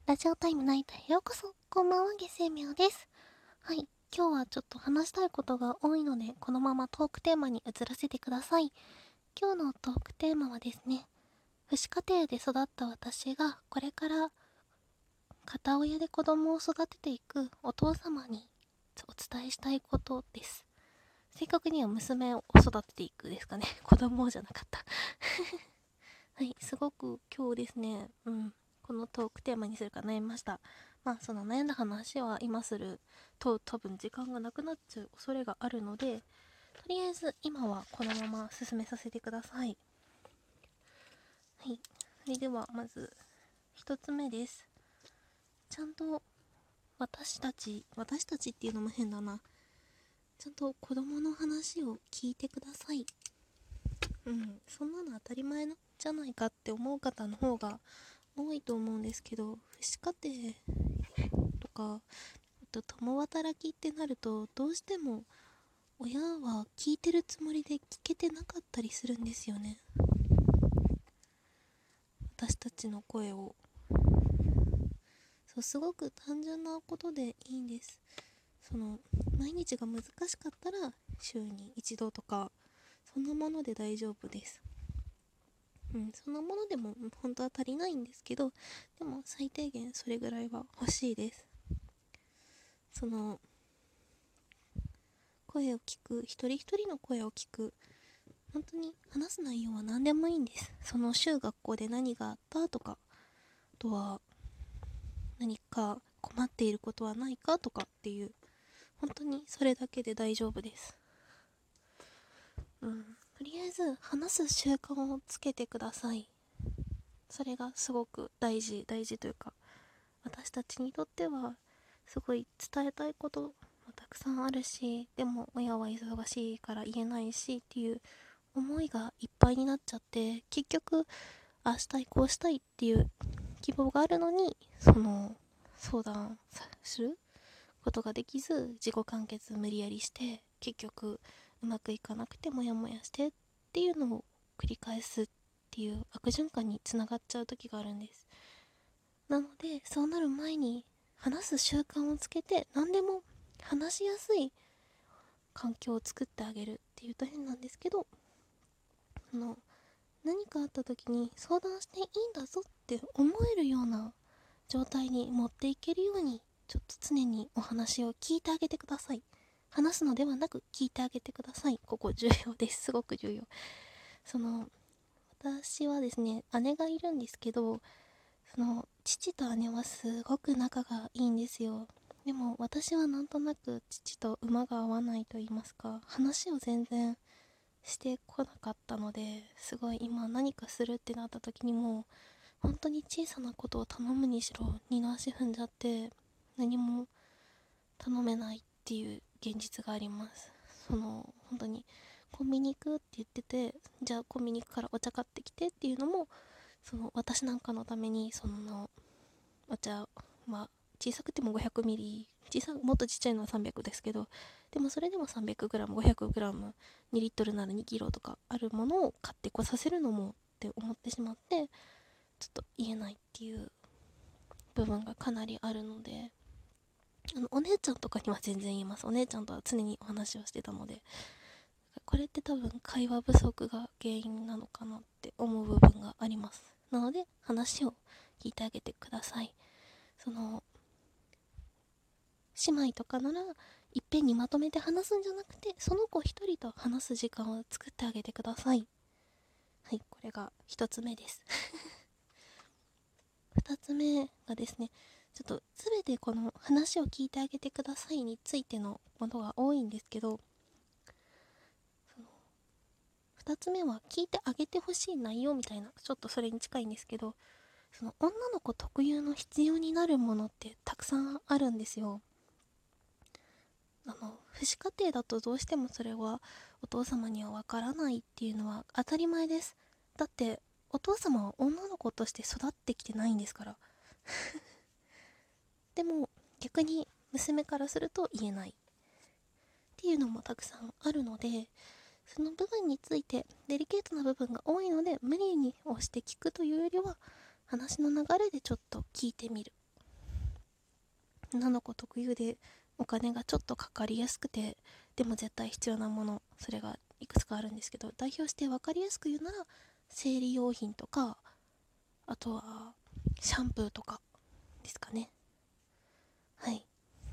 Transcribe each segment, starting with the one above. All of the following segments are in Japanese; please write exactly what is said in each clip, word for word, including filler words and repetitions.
ラジオタイムナイトへようこそ。こんばんは、月星みょうです。はい、今日はちょっと話したいことが多いので、このままトークテーマに移らせてください。今日のトークテーマはですね、父子家庭で育った私がこれから片親で子供を育てていくお父様にお伝えしたいことです。正確には娘を育てていくですかね。子供じゃなかったはい、すごく今日ですね、うん、このトークテーマにするか悩みました。まあ、その悩んだ話は今すると多分時間がなくなっちゃう恐れがあるので、とりあえず今はこのまま進めさせてください。はい、それではまず一つ目です。ちゃんと私たち、私たちっていうのも変だな。ちゃんと子供の話を聞いてください。うん、そんなの当たり前なんじゃないかって思う方の方が多いと思うんですけど、父子家庭とか、あと共働きってなると、どうしても親は聞いてるつもりで聞けてなかったりするんですよね。私たちの声を。そう、すごく単純なことでいいんです。その、毎日が難しかったら週に一度とか、そんなもので大丈夫です。うん、そんなものでも本当は足りないんですけど、でも最低限それぐらいは欲しいです。その、声を聞く、一人一人の声を聞く、本当に話す内容は何でもいいんです。その週学校で何があったとか、あとは何か困っていることはないかとかっていう、本当にそれだけで大丈夫です。うん、とりあえず話す習慣をつけてください。それがすごく大事大事というか、私たちにとってはすごい伝えたいこともたくさんあるし、でも親は忙しいから言えないしっていう思いがいっぱいになっちゃって、結局ああしたいこうしたいっていう希望があるのに、その相談することができず、自己完結無理やりして結局うまくいかなくてモヤモヤしてっていうのを繰り返すっていう悪循環につながっちゃう時があるんです。なのでそうなる前に話す習慣をつけて、何でも話しやすい環境を作ってあげるっていうと変なんですけど、その何かあった時に相談していいんだぞって思えるような状態に持っていけるように、ちょっと常にお話を聞いてあげてください。話すのではなく聞いてあげてください。ここ重要です。すごく重要。その、私はですね、姉がいるんですけど、その、父と姉はすごく仲がいいんですよ。でも私はなんとなく父と馬が合わないと言いますか、話を全然してこなかったので、すごい今何かするってなった時にも、本当に小さなことを頼むにしろ二の足踏んじゃって何も頼めないっていう現実があります。その本当にコンビニ行くって言ってて、じゃあコンビニ行くからお茶買ってきてっていうのも、その私なんかのためにそのお茶、まあ小さくても ごひゃくミリ、小さもっとちっちゃいのはさんびゃくですけど、でもそれでも さんびゃくグラム、ごひゃくグラム、にリットルならにキロとかあるものを買ってこさせるのもって思ってしまって、ちょっと言えないっていう部分がかなりあるので、あのお姉ちゃんとかには全然言います。お姉ちゃんとは常にお話をしてたので、これって多分会話不足が原因なのかなって思う部分があります。なので話を聞いてあげてください。その姉妹とかならいっぺんにまとめて話すんじゃなくて、その子一人と話す時間を作ってあげてください。はい、これが一つ目です。二つ目がですね、ちょっと全てこの話を聞いてあげてくださいについてのものが多いんですけど、その二つ目は聞いてあげてほしい内容みたいな、ちょっとそれに近いんですけど、その女の子特有の必要になるものってたくさんあるんですよ。あの父子家庭だとどうしてもそれはお父様にはわからないっていうのは当たり前です。だってお父様は女の子として育ってきてないんですから。でも逆に娘からすると言えないっていうのもたくさんあるので、その部分についてデリケートな部分が多いので、無理に押して聞くというよりは話の流れでちょっと聞いてみる女の子特有でお金がちょっとかかりやすくて、でも絶対必要なもの、それがいくつかあるんですけど、代表して分かりやすく言うなら生理用品とか、あとはシャンプーとかですかね。はい。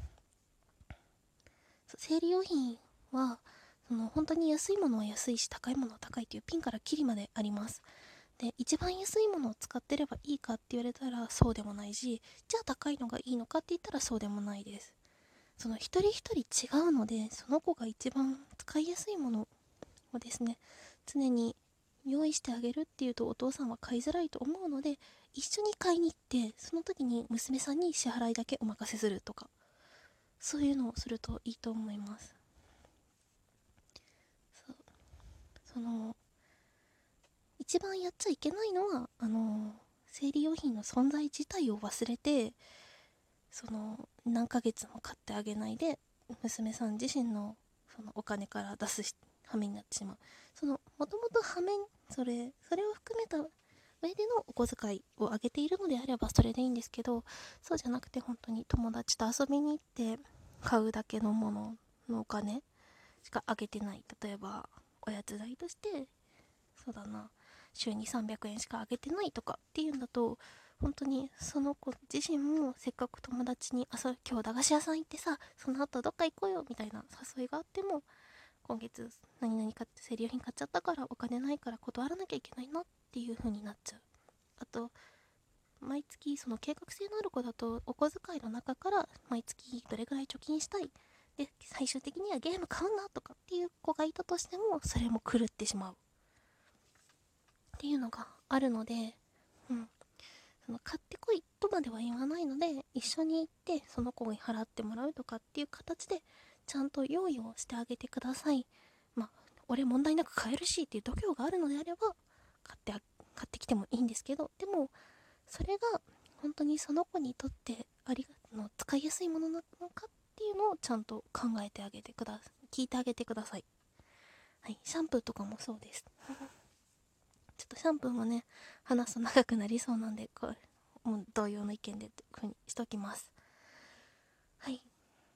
生理用品はその本当に安いものは安いし高いものは高いというピンからキリまであります。で、一番安いものを使ってればいいかって言われたらそうでもないし、じゃあ高いのがいいのかって言ったらそうでもないです。その一人一人違うので、その子が一番使いやすいものをですね、常に用意してあげるっていうとお父さんは買いづらいと思うので、一緒に買いに行ってその時に娘さんに支払いだけお任せするとか、そういうのをするといいと思います。そその一番やっちゃいけないのは、あの生理用品の存在自体を忘れて、その何ヶ月も買ってあげないで娘さん自身のそのお金から出す羽目になってしまう。そのもともと羽目、それそれを含めた上でのお小遣いをあげているのであればそれでいいんですけど、そうじゃなくて本当に友達と遊びに行って買うだけのもののお金しかあげてない。例えばおやつ代として、そうだな、週にさんびゃくえんしかあげてないとかっていうんだと、本当にその子自身もせっかく友達に遊び、今日駄菓子屋さん行ってさ、その後どっか行こうよみたいな誘いがあっても、今月何々買って生理用品買っちゃったからお金ないから断らなきゃいけないなっていう風になっちゃう。あと毎月その計画性のある子だとお小遣いの中から毎月どれぐらい貯金したいで最終的にはゲーム買うんだとかっていう子がいたとしても、それも狂ってしまうっていうのがあるので、うん、その買ってこいとまでは言わないので、一緒に行ってその子に払ってもらうとかっていう形でちゃんと用意をしてあげてください。まあ俺問題なく買えるしっていう度胸があるのであれば買って買ってきてもいいんですけど、でもそれが本当にその子にとってありがの使いやすいものなのかっていうのをちゃんと考えてあげてください。聞いてあげてください。はい、シャンプーとかもそうです。ちょっとシャンプーもね、話すと長くなりそうなんで、こうもう同様の意見でっていう風にしときます。はい、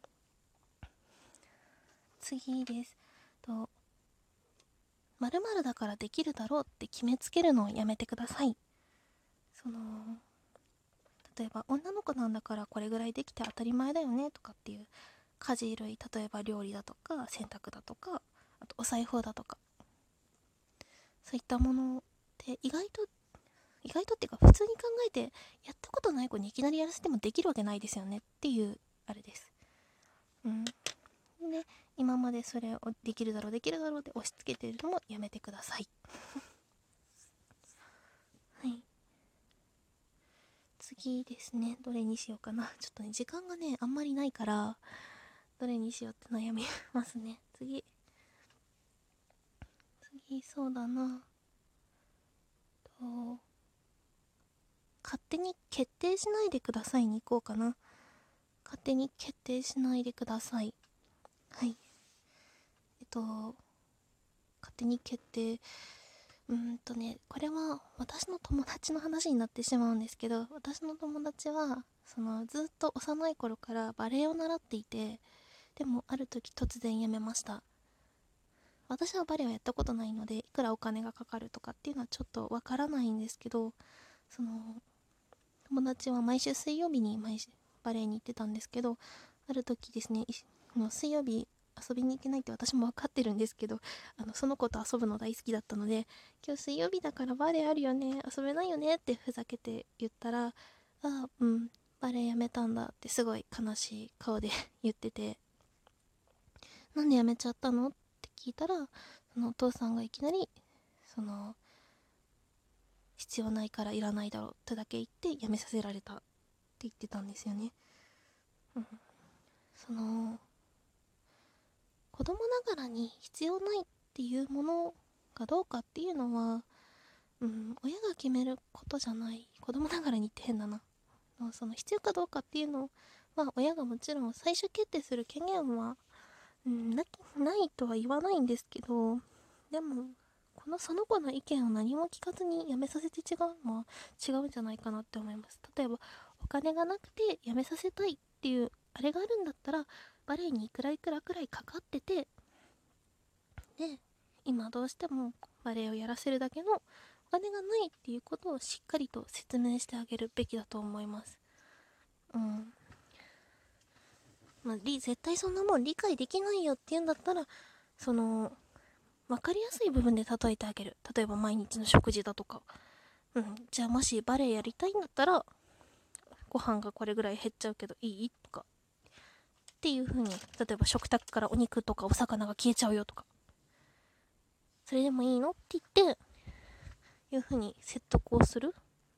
次です。と、〇〇だからできるだろうって決めつけるのをやめてください。その例えば女の子なんだからこれぐらいできて当たり前だよねとかっていう家事類、例えば料理だとか洗濯だとか、あとお裁縫だとか、そういったものって意外と意外とっていうか普通に考えて、やったことない子にいきなりやらせてもできるわけないですよねっていうあれです。うん。で、今までそれをできるだろうできるだろうって押し付けてるのもやめてください。はい。次ですね。どれにしようかな。ちょっとね、時間がね、あんまりないから、どれにしようって悩みますね。次。次、そうだな。と、勝手に決定しないでくださいに行こうかな。勝手に決定しないでください。はい。えっと、勝手に決定。うーんとね、これは私の友達の話になってしまうんですけど、私の友達は、そのずっと幼い頃からバレエを習っていて、でもある時突然やめました。私はバレエをやったことないので、いくらお金がかかるとかっていうのはちょっとわからないんですけど、その友達は毎週水曜日に毎週バレエに行ってたんですけど、ある時ですね、水曜日遊びに行けないって私も分かってるんですけど、あのその子と遊ぶの大好きだったので、今日水曜日だからバレエあるよね、遊べないよねってふざけて言ったら、ああ、うん、バレエやめたんだってすごい悲しい顔で言ってて、なんでやめちゃったのって聞いたら、そのお父さんがいきなり、その必要ないからいらないだろうってだけ言ってやめさせられたって言ってたんですよね。うん、その子供ながらに必要ないっていうものがどうかっていうのは、うん、親が決めることじゃない。子供ながらにって変だな。その必要かどうかっていうのは親がもちろん最終決定する権限は、うん、なないとは言わないんですけど、でもこのその子の意見を何も聞かずにやめさせて違うのは違うんじゃないかなって思います。例えばお金がなくてやめさせたいってっていうあれがあるんだったら、バレエにいくらいくらくらいかかってて、で今どうしてもバレエをやらせるだけのお金がないっていうことをしっかりと説明してあげるべきだと思います。うんまあ、絶対そんなもん理解できないよっていうんだったら、その分かりやすい部分で例えてあげる。例えば毎日の食事だとか、うん、じゃあもしバレエやりたいんだったらご飯がこれぐらい減っちゃうけどいいとかっていう風に、例えば食卓からお肉とかお魚が消えちゃうよとか、それでもいいのって言っていう風に説得をする。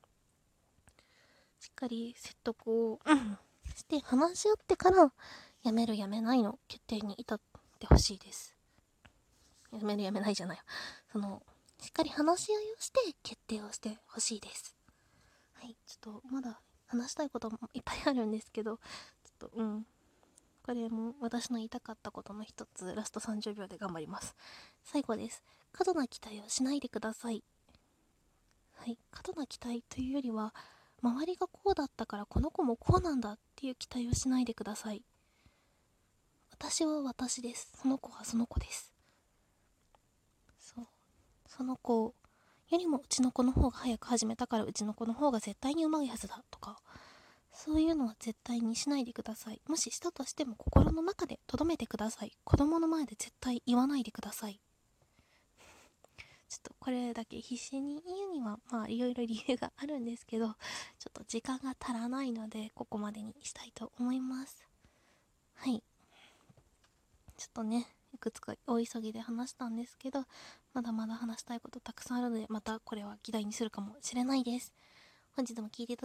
しっかり説得を、うん、して話し合ってからやめるやめないの決定に至ってほしいです。やめるやめないじゃないよ、そのしっかり話し合いをして決定をしてほしいです。はい、ちょっとまだ話したいこともいっぱいあるんですけど、ちょっとうんこれも私の言いたかったことの一つ、ラストさんじゅうびょうで頑張ります。最後です。過度な期待をしないでください。はい、過度な期待というよりは、周りがこうだったからこの子もこうなんだっていう期待をしないでください。私は私です。その子はその子です。そう、その子よりもうちの子の方が早く始めたからうちの子の方が絶対にうまいはずだとか、そういうのは絶対にしないでください。もししたとしても心の中で留めてください。子供の前で絶対言わないでください。ちょっとこれだけ必死に言うにはまあいろいろ理由があるんですけど、ちょっと時間が足らないのでここまでにしたいと思います。はい、ちょっとねいくつか大急ぎで話したんですけど、まだまだ話したいことたくさんあるので、またこれは議題にするかもしれないです。本日も聞いていただき